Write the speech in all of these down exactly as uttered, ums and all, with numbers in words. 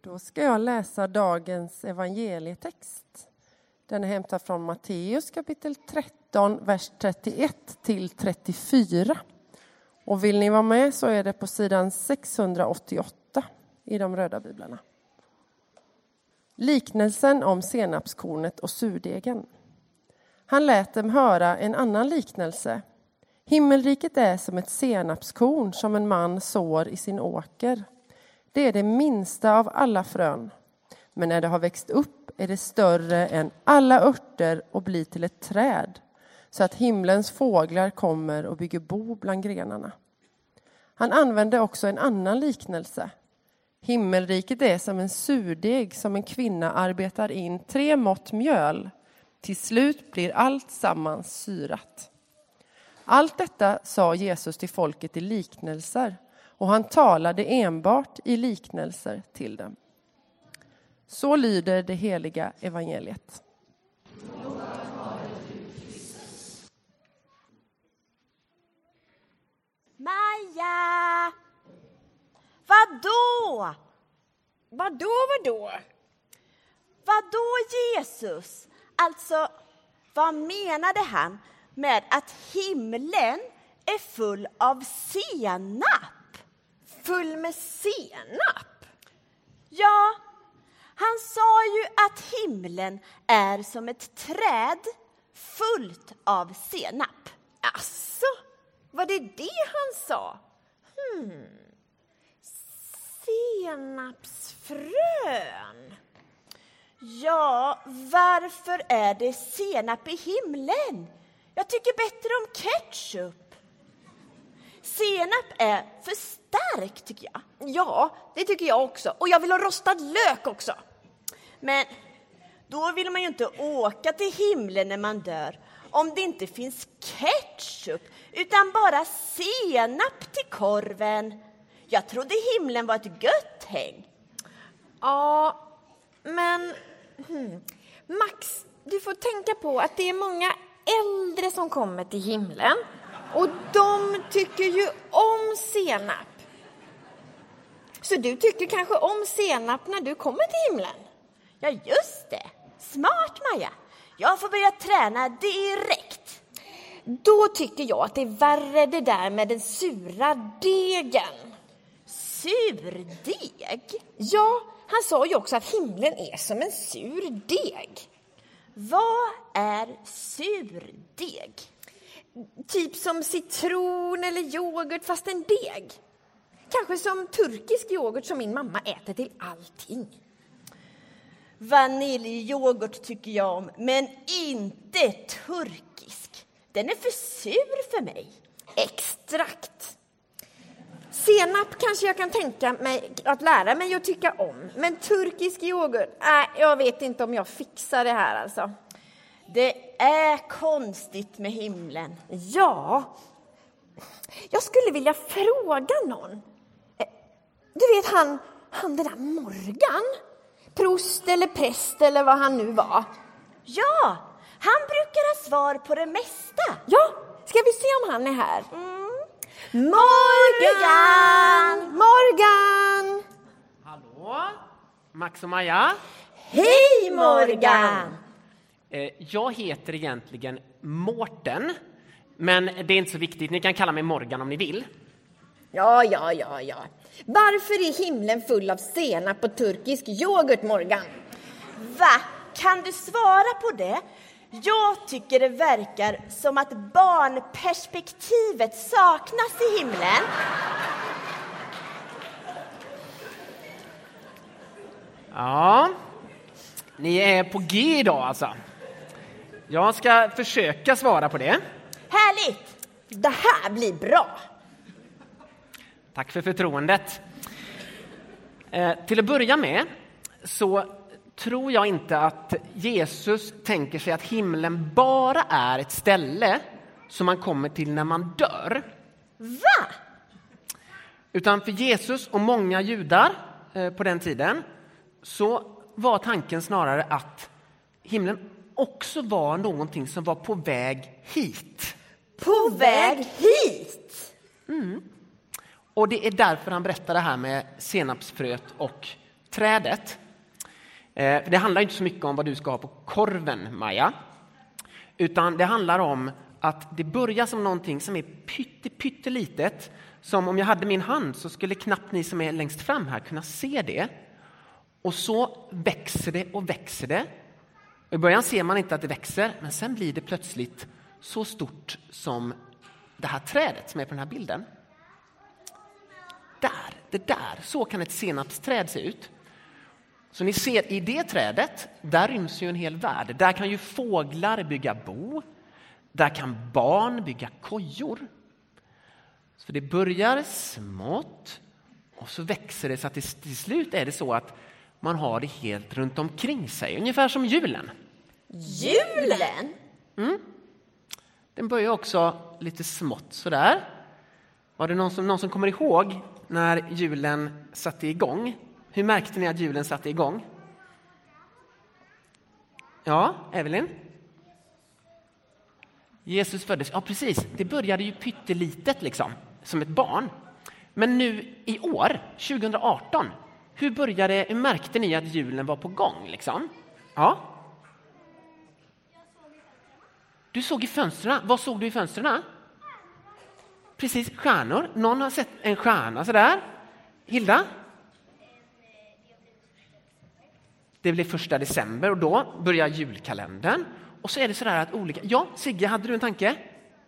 Då ska jag läsa dagens evangelietext. Den är hämtad från Matteus kapitel tretton, vers trettioett till trettiofyra. Och vill ni vara med så är det på sidan sexhundraåttioåtta i de röda biblarna. Liknelsen om senapskornet och surdegen. Han lät dem höra en annan liknelse. Himmelriket är som ett senapskorn som en man sår i sin åker. Det är det minsta av alla frön. Men när det har växt upp är det större än alla örter och blir till ett träd. Så att himlens fåglar kommer och bygger bo bland grenarna. Han använde också en annan liknelse. Himmelriket är som en surdeg som en kvinna arbetar in tre mått mjöl. Till slut blir allt sammans syrat. Allt detta sa Jesus till folket i liknelser. Och han talade enbart i liknelser till dem. Så lyder det heliga evangeliet. Maja! Vadå? Vadå, vadå? Vadå Jesus? Alltså, vad menade han med att himlen är full av senap? Full med senap? Ja, han sa ju att himlen är som ett träd fullt av senap. Asså, var det det han sa? Hmm. Senapsfrön. Ja, varför är det senap i himlen? Jag tycker bättre om ketchup. Senap är för stark tycker jag. Ja, det tycker jag också. Och jag vill ha rostad lök också. Men då vill man ju inte åka till himlen när man dör. Om det inte finns ketchup utan bara senap till korven. Jag trodde himlen var ett gött häng. Ja, men hmm. Max, du får tänka på att det är många äldre som kommer till himlen. Och de tycker ju om senap. Så du tycker kanske om senap när du kommer till himlen? Ja, just det. Smart, Maja. Jag får börja träna direkt. Då tycker jag att det är värre det där med den sura degen. Surdeg? Ja, han sa ju också att himlen är som en sur deg. Vad är surdeg? Typ som citron eller yoghurt fast en deg. Kanske som turkisk yoghurt som min mamma äter till allting. Vaniljyoghurt tycker jag om, men inte turkisk. Den är för sur för mig. Extrakt. Senap kanske jag kan tänka mig att lära mig att tycka om. Men turkisk yoghurt, nej, jag vet inte om jag fixar det här alltså. Det är konstigt med himlen. Ja, jag skulle vilja fråga någon. Du vet han, han den där Morgan? Prost eller präst eller vad han nu var. Ja, han brukar ha svar på det mesta. Ja, ska vi se om han är här? Mm. Morgan! Morgan! Hallå, Max och Maja. Hej Morgan! Jag heter egentligen Mårten, men det är inte så viktigt. Ni kan kalla mig Morgan om ni vill. Ja, ja, ja, ja. Varför är himlen full av senap och turkisk yoghurt, Morgan? Va? Kan du svara på det? Jag tycker det verkar som att barnperspektivet saknas i himlen. Ja, ni är på G idag alltså. Jag ska försöka svara på det. Härligt! Det här blir bra. Tack för förtroendet. Eh, till att börja med så tror jag inte att Jesus tänker sig att himlen bara är ett ställe som man kommer till när man dör. Va? Utan för Jesus och många judar eh, på den tiden så var tanken snarare att himlen också var någonting som var på väg hit. På väg hit? Mm. Och det är därför han berättar det här med senapsfröet och senapsträdet. Eh, det handlar inte så mycket om vad du ska ha på korven, Maja. Utan det handlar om att det börjar som någonting som är pytte, pyttelitet. Som om jag hade min hand så skulle knappt ni som är längst fram här kunna se det. Och så växer det och växer det. Och i början ser man inte att det växer, men sen blir det plötsligt så stort som det här trädet som är på den här bilden. Där, det där, så kan ett senapsträd se ut. Så ni ser, i det trädet, där ryms ju en hel värld. Där kan ju fåglar bygga bo. Där kan barn bygga kojor. Så det börjar smått och så växer det så att det, till slut är det så att man har det helt runt omkring sig. Ungefär som julen. Julen? Mm. Den börjar också lite smått sådär. Var det någon som, någon som kommer ihåg när julen satte igång? Hur märkte ni att julen satte igång? Ja, Evelyn? Jesus föddes, ja precis, det började ju pyttelitet liksom, som ett barn. Men nu i år, tjugo arton, hur började, hur märkte ni att julen var på gång liksom? Ja. Du såg i fönstren, vad såg du i fönstren? Precis, stjärnor. Någon har sett en stjärna sådär. Hilda? Det blev första december och då börjar julkalendern. Och så är det sådär att olika... Ja, Sigge, hade du en tanke?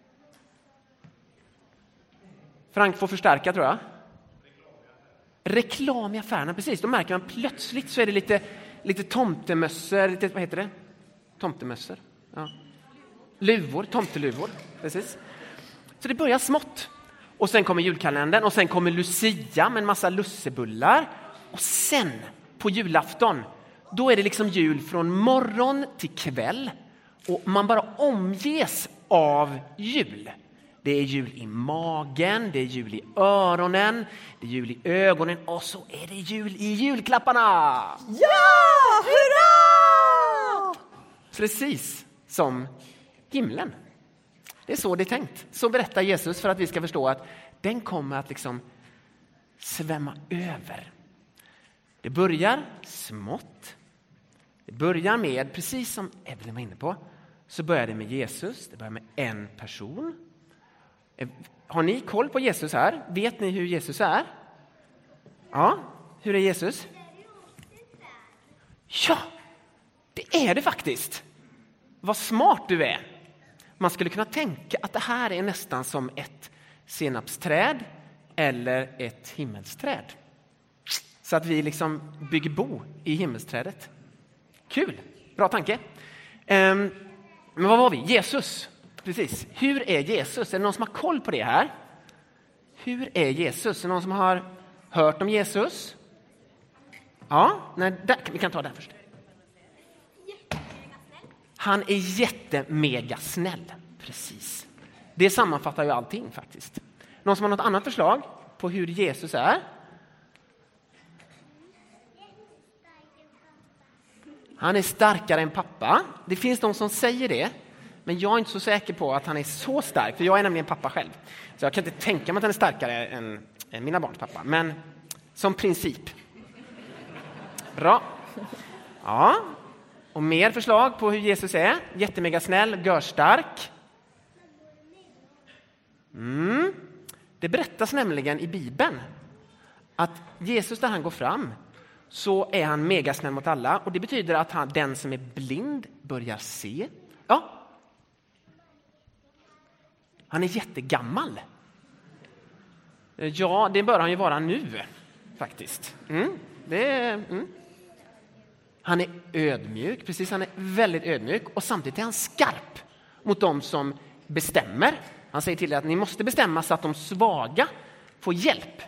Frank får förstärka, tror jag. Reklam i affärerna, precis. Då märker man plötsligt så är det lite, lite tomtemössor. Lite, vad heter det? Tomtemössor. Ja. Luvor, tomteluvor. Precis. Så det börjar smått. Och sen kommer julkalendern och sen kommer Lucia med en massa lussebullar. Och sen på julafton, då är det liksom jul från morgon till kväll. Och man bara omges av jul. Det är jul i magen, det är jul i öronen, det är jul i ögonen och så är det jul i julklapparna. Ja, hurra! Precis som himlen. Det är så det är tänkt. Så berättar Jesus för att vi ska förstå att den kommer att liksom svämma över. Det börjar smått. Det börjar med, precis som Evelyn var inne på, så börjar det med Jesus. Det börjar med en person. Har ni koll på Jesus här? Vet ni hur Jesus är? Ja, hur är Jesus? Ja, det är det faktiskt. Vad smart du är. Man skulle kunna tänka att det här är nästan som ett senapsträd eller ett himmelsträd. Så att vi liksom bygger bo i himmelsträdet. Kul, bra tanke. Um, men vad var vi? Jesus. Precis. Hur är Jesus? Är det någon som har koll på det här? Hur är Jesus? Är det någon som har hört om Jesus? Ja, nej, där, vi kan ta den först. Han är jättemega snäll. Precis. Det sammanfattar ju allting faktiskt. Någon som har något annat förslag på hur Jesus är? Han är starkare än pappa. Det finns de som säger det. Men jag är inte så säker på att han är så stark. För jag är nämligen pappa själv. Så jag kan inte tänka mig att han är starkare än, än mina barns pappa. Men som princip. Bra. Ja. Och mer förslag på hur Jesus är. Jättemega snäll, görstark. Mm. Det berättas nämligen i Bibeln att Jesus, där han går fram, så är han mega snäll mot alla. Och det betyder att han, den som är blind börjar se. Ja. Han är jättegammal. Ja, det bör han ju vara nu faktiskt. Mm. Det är, mm. Han är ödmjuk, precis, han är väldigt ödmjuk. Och samtidigt är han skarp mot dem som bestämmer. Han säger till er att ni måste bestämma så att de svaga får hjälp.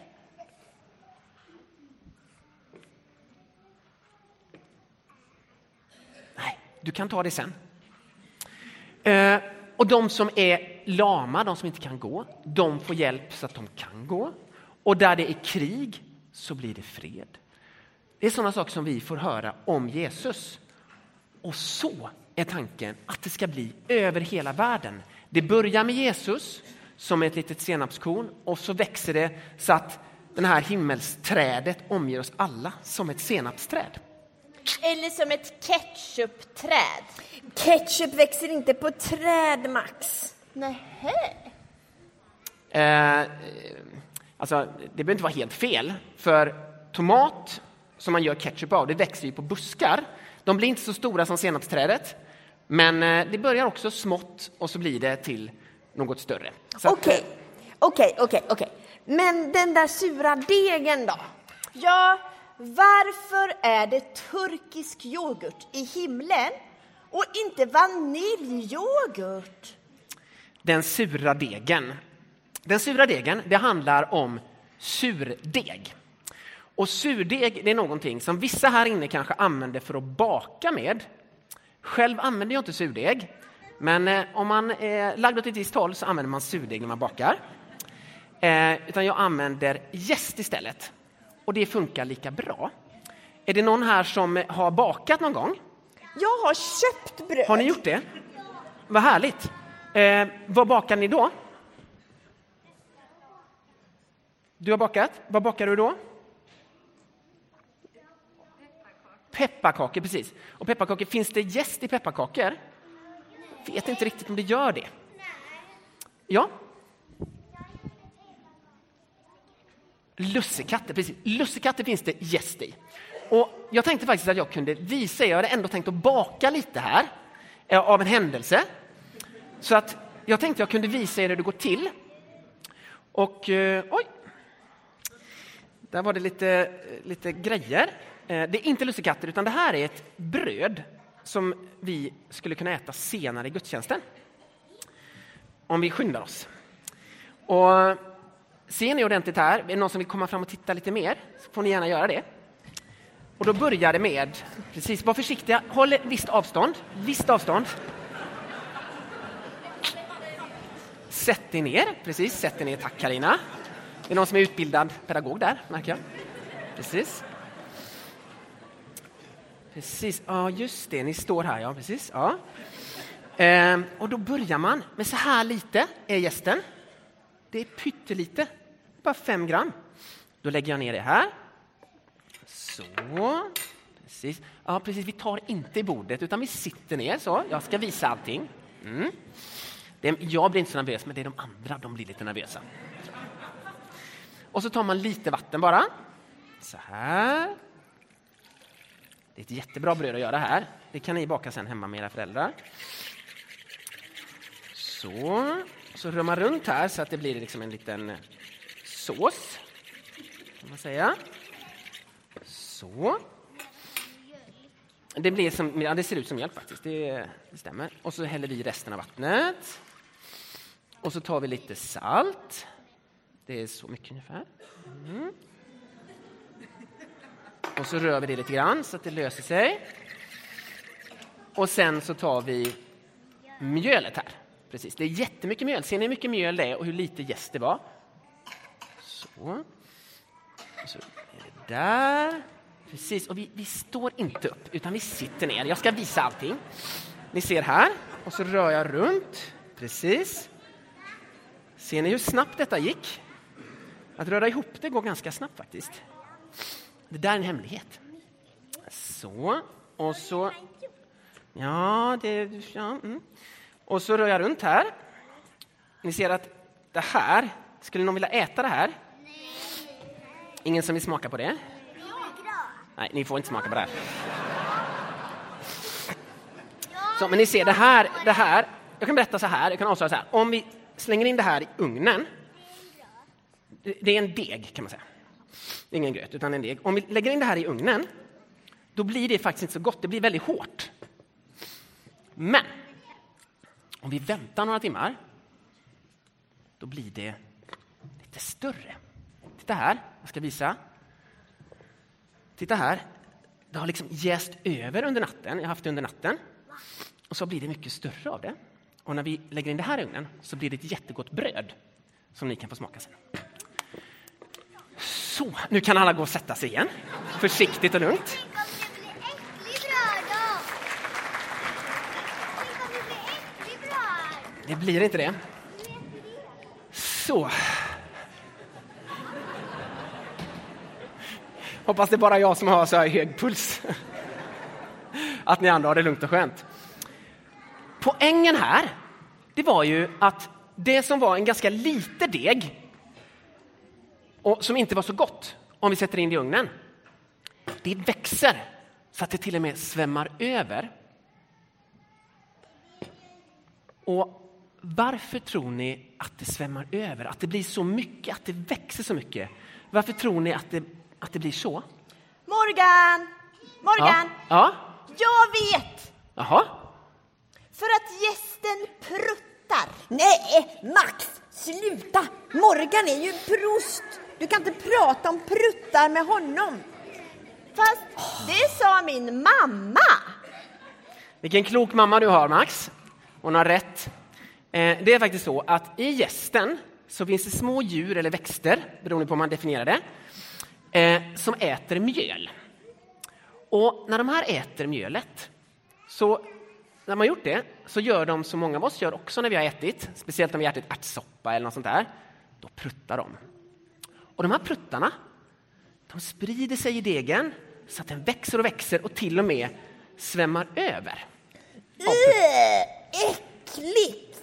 Nej, du kan ta det sen. Eh, och de som är lama, de som inte kan gå, de får hjälp så att de kan gå. Och där det är krig så blir det fred. Det är sådana saker som vi får höra om Jesus. Och så är tanken att det ska bli över hela världen. Det börjar med Jesus som ett litet senapskorn och så växer det så att det här himmelsträdet omger oss alla som ett senapsträd. Eller som ett ketchupträd. Ketchup växer inte på träd, Max. Nähä. Eh, alltså, det behöver inte vara helt fel. För tomat som man gör ketchup av, det växer ju på buskar. De blir inte så stora som senapsträdet. Men eh, det börjar också smått och så blir det till något större. Okej, okej, okej, okej. Men den där sura degen då? Ja, varför är det turkisk yoghurt i himlen och inte vaniljyoghurt? Den sura degen. Den sura degen, det handlar om surdeg. Och surdeg, det är någonting som vissa här inne kanske använder för att baka med. Själv använder jag inte surdeg. Men eh, om man är lagd åt ett visst håll så använder man surdeg när man bakar. Eh, utan jag använder jäst istället. Och det funkar lika bra. Är det någon här som har bakat någon gång? Jag har köpt bröd. Har ni gjort det? Vad härligt. Eh, vad bakar ni då? Du har bakat. Vad bakar du då? Pepparkakor, precis. Och pepparkakor, finns det jäst i pepparkakor? Vet inte riktigt om det gör det. Ja. Lussekatter, precis. Lussekatter finns det jäst i. Och jag tänkte faktiskt att jag kunde visa, jag hade ändå tänkt att baka lite här eh, av en händelse. Så att jag tänkte att jag kunde visa er hur det går till. Och eh, oj. Där var det lite, lite grejer. Eh, det är inte lussekatter utan det här är ett bröd som vi skulle kunna äta senare i gudstjänsten. Om vi skyndar oss. Och ser ni ordentligt här, är det någon som vill komma fram och titta lite mer så får ni gärna göra det. Och då börjar det med, precis, var försiktiga, håll ett visst avstånd, visst avstånd. Sätt er ner, precis, sätt er ner, tack Karina. Det är någon som är utbildad pedagog där, märker jag. Precis. Precis, ja just det, ni står här, ja precis, ja. Ehm, och då börjar man med så här lite är gästen. Det är pyttelite, bara fem gram. Då lägger jag ner det här. Så, precis. Ja, precis. Vi tar inte i bordet utan vi sitter ner så. Jag ska visa allting. Mm. Det, jag blir inte så nervös, men det är de andra, de blir lite nervösa. Och så tar man lite vatten bara. Så här. Det är ett jättebra bröd att göra här. Det kan ni baka sen hemma med era föräldrar. Så. Så rör man runt här så att det blir liksom en liten sås. Kan man säga. Så. Det blir som, ja, det ser ut som mjölk faktiskt. Det, det stämmer. Och så häller vi resten av vattnet. Och så tar vi lite salt. Det är så mycket ungefär. Mm. Och så rör vi det lite grann så att det löser sig. Och sen så tar vi mjölet här. Precis, det är jättemycket mjöl. Ser ni hur mycket mjöl det är och hur lite jäst det var? Så. Och så är det där. Precis, och vi, vi står inte upp utan vi sitter ner. Jag ska visa allting. Ni ser här. Och så rör jag runt. Precis. Ser ni hur snabbt detta gick? Att röra ihop det går ganska snabbt faktiskt. Det där är en hemlighet. Så. Och så. Ja, det... Ja, mm. Och så rör jag runt här. Ni ser att det här, skulle någon vilja äta det här? Ingen som vill smaka på det? Nej, ni får inte smaka på det här. Så, men ni ser det här, det här. Jag kan berätta så här, jag kan avslöja så här. Om vi slänger in det här i ugnen. Det är en deg kan man säga. Det är ingen gröt utan en deg. Om vi lägger in det här i ugnen, då blir det faktiskt inte så gott. Det blir väldigt hårt. Men om vi väntar några timmar, då blir det lite större. Titta här, jag ska visa. Titta här, det har liksom jäst över under natten. Jag har haft det under natten. Och så blir det mycket större av det. Och när vi lägger in det här i ugnen så blir det ett jättegott bröd som ni kan få smaka sen. Så, nu kan alla gå och sätta sig igen. Försiktigt och lugnt. Det blir inte det. Så. Hoppas det är bara jag som har så här hög puls. Att ni andra har det lugnt och skönt. Poängen här, det var ju att det som var en ganska lite deg och som inte var så gott om vi sätter in det i ugnen, det växer så att det till och med svämmar över. Och varför tror ni att det svämmar över? Att det blir så mycket, att det växer så mycket? Varför tror ni att det, att det blir så? Morgan! Morgan! Ja? Ja? Jag vet! Jaha? För att gästen pruttar. Nej, Max, sluta! Morgan är ju prost. Du kan inte prata om pruttar med honom. Fast det sa min mamma. Vilken klok mamma du har, Max. Hon har rätt. Eh, det är faktiskt så att i jästen så finns det små djur eller växter, beroende på hur man definierar det, eh, som äter mjöl. Och när de här äter mjölet, så när man gjort det, så gör de som många av oss gör också när vi har ätit, speciellt när vi har ätit ärtsoppa eller något sånt där, då pruttar de. Och de här pruttarna, de sprider sig i degen så att den växer och växer och till och med svämmar över. Äh, äckligt!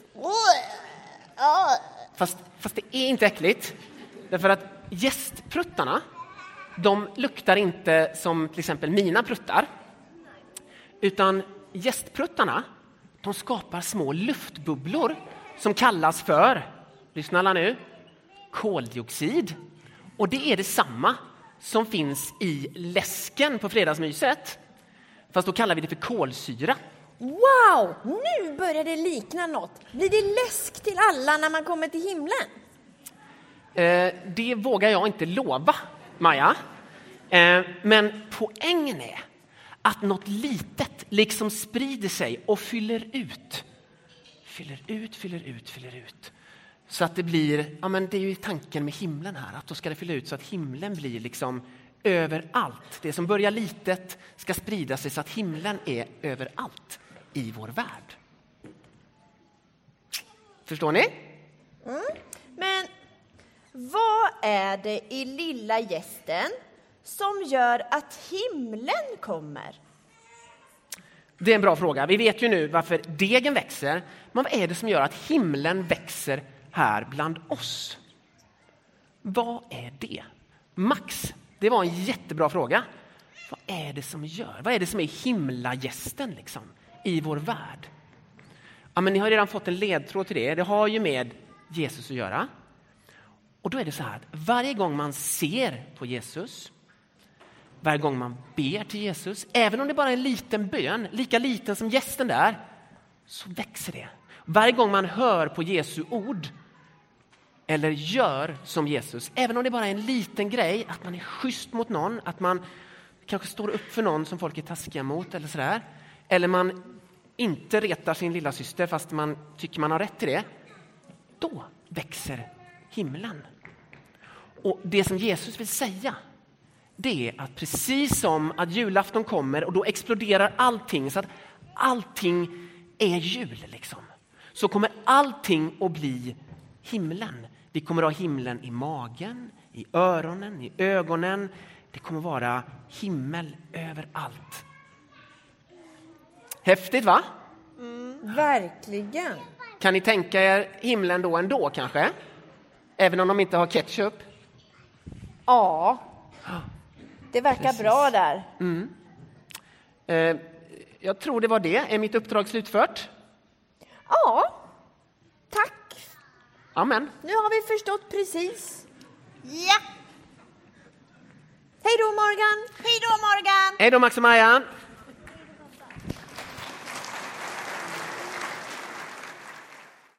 Fast, fast det är inte äckligt. Därför att jästpruttarna, de luktar inte som till exempel mina pruttar. Utan jästpruttarna, de skapar små luftbubblor som kallas för, lyssna alla nu, koldioxid. Och det är detsamma som finns i läsken på fredagsmyset. Fast då kallar vi det för kolsyra. Wow, nu börjar det likna något. Blir det läsk till alla när man kommer till himlen? Eh, det vågar jag inte lova, Maja. Eh, men poängen är att något litet liksom sprider sig och fyller ut. Fyller ut, fyller ut, fyller ut. Så att det blir, ja men det är ju tanken med himlen här, att då ska det fylla ut så att himlen blir liksom överallt. Det som börjar litet ska sprida sig så att himlen är överallt i vår värld. Förstår ni? Mm. Men vad är det i lilla gästen som gör att himlen kommer? Det är en bra fråga. Vi vet ju nu varför degen växer. Men vad är det som gör att himlen växer här bland oss? Vad är det? Max, det var en jättebra fråga. Vad är det som gör? Vad är det som är himlagästen liksom, i vår värld? Ja, men ni har redan fått en ledtråd till det. Det har ju med Jesus att göra. Och då är det så här att varje gång man ser på Jesus, varje gång man ber till Jesus, även om det bara är en liten bön, lika liten som gästen där, så växer det. Varje gång man hör på Jesu ord eller gör som Jesus, även om det bara är en liten grej, att man är schysst mot någon, att man kanske står upp för någon som folk är taskiga mot eller sådär, eller man inte retar sin lilla syster fast man tycker man har rätt till det, då växer himlen. Och det som Jesus vill säga, det är att precis som att julafton kommer och då exploderar allting så att allting är jul liksom, så kommer allting att bli himlen. Vi kommer att ha himlen i magen, i öronen, i ögonen. Det kommer vara himmel överallt. Häftigt, va? Mm, verkligen. Kan ni tänka er himlen då ändå kanske? Även om de inte har ketchup? Ja, det verkar Precis. bra där. Mm. Eh, jag tror det var det. Är mitt uppdrag slutfört? Ja, tack. Amen. Nu har vi förstått precis. Ja. Hej då, Morgan. Hej då, Morgan. Hej då, Max och Maja.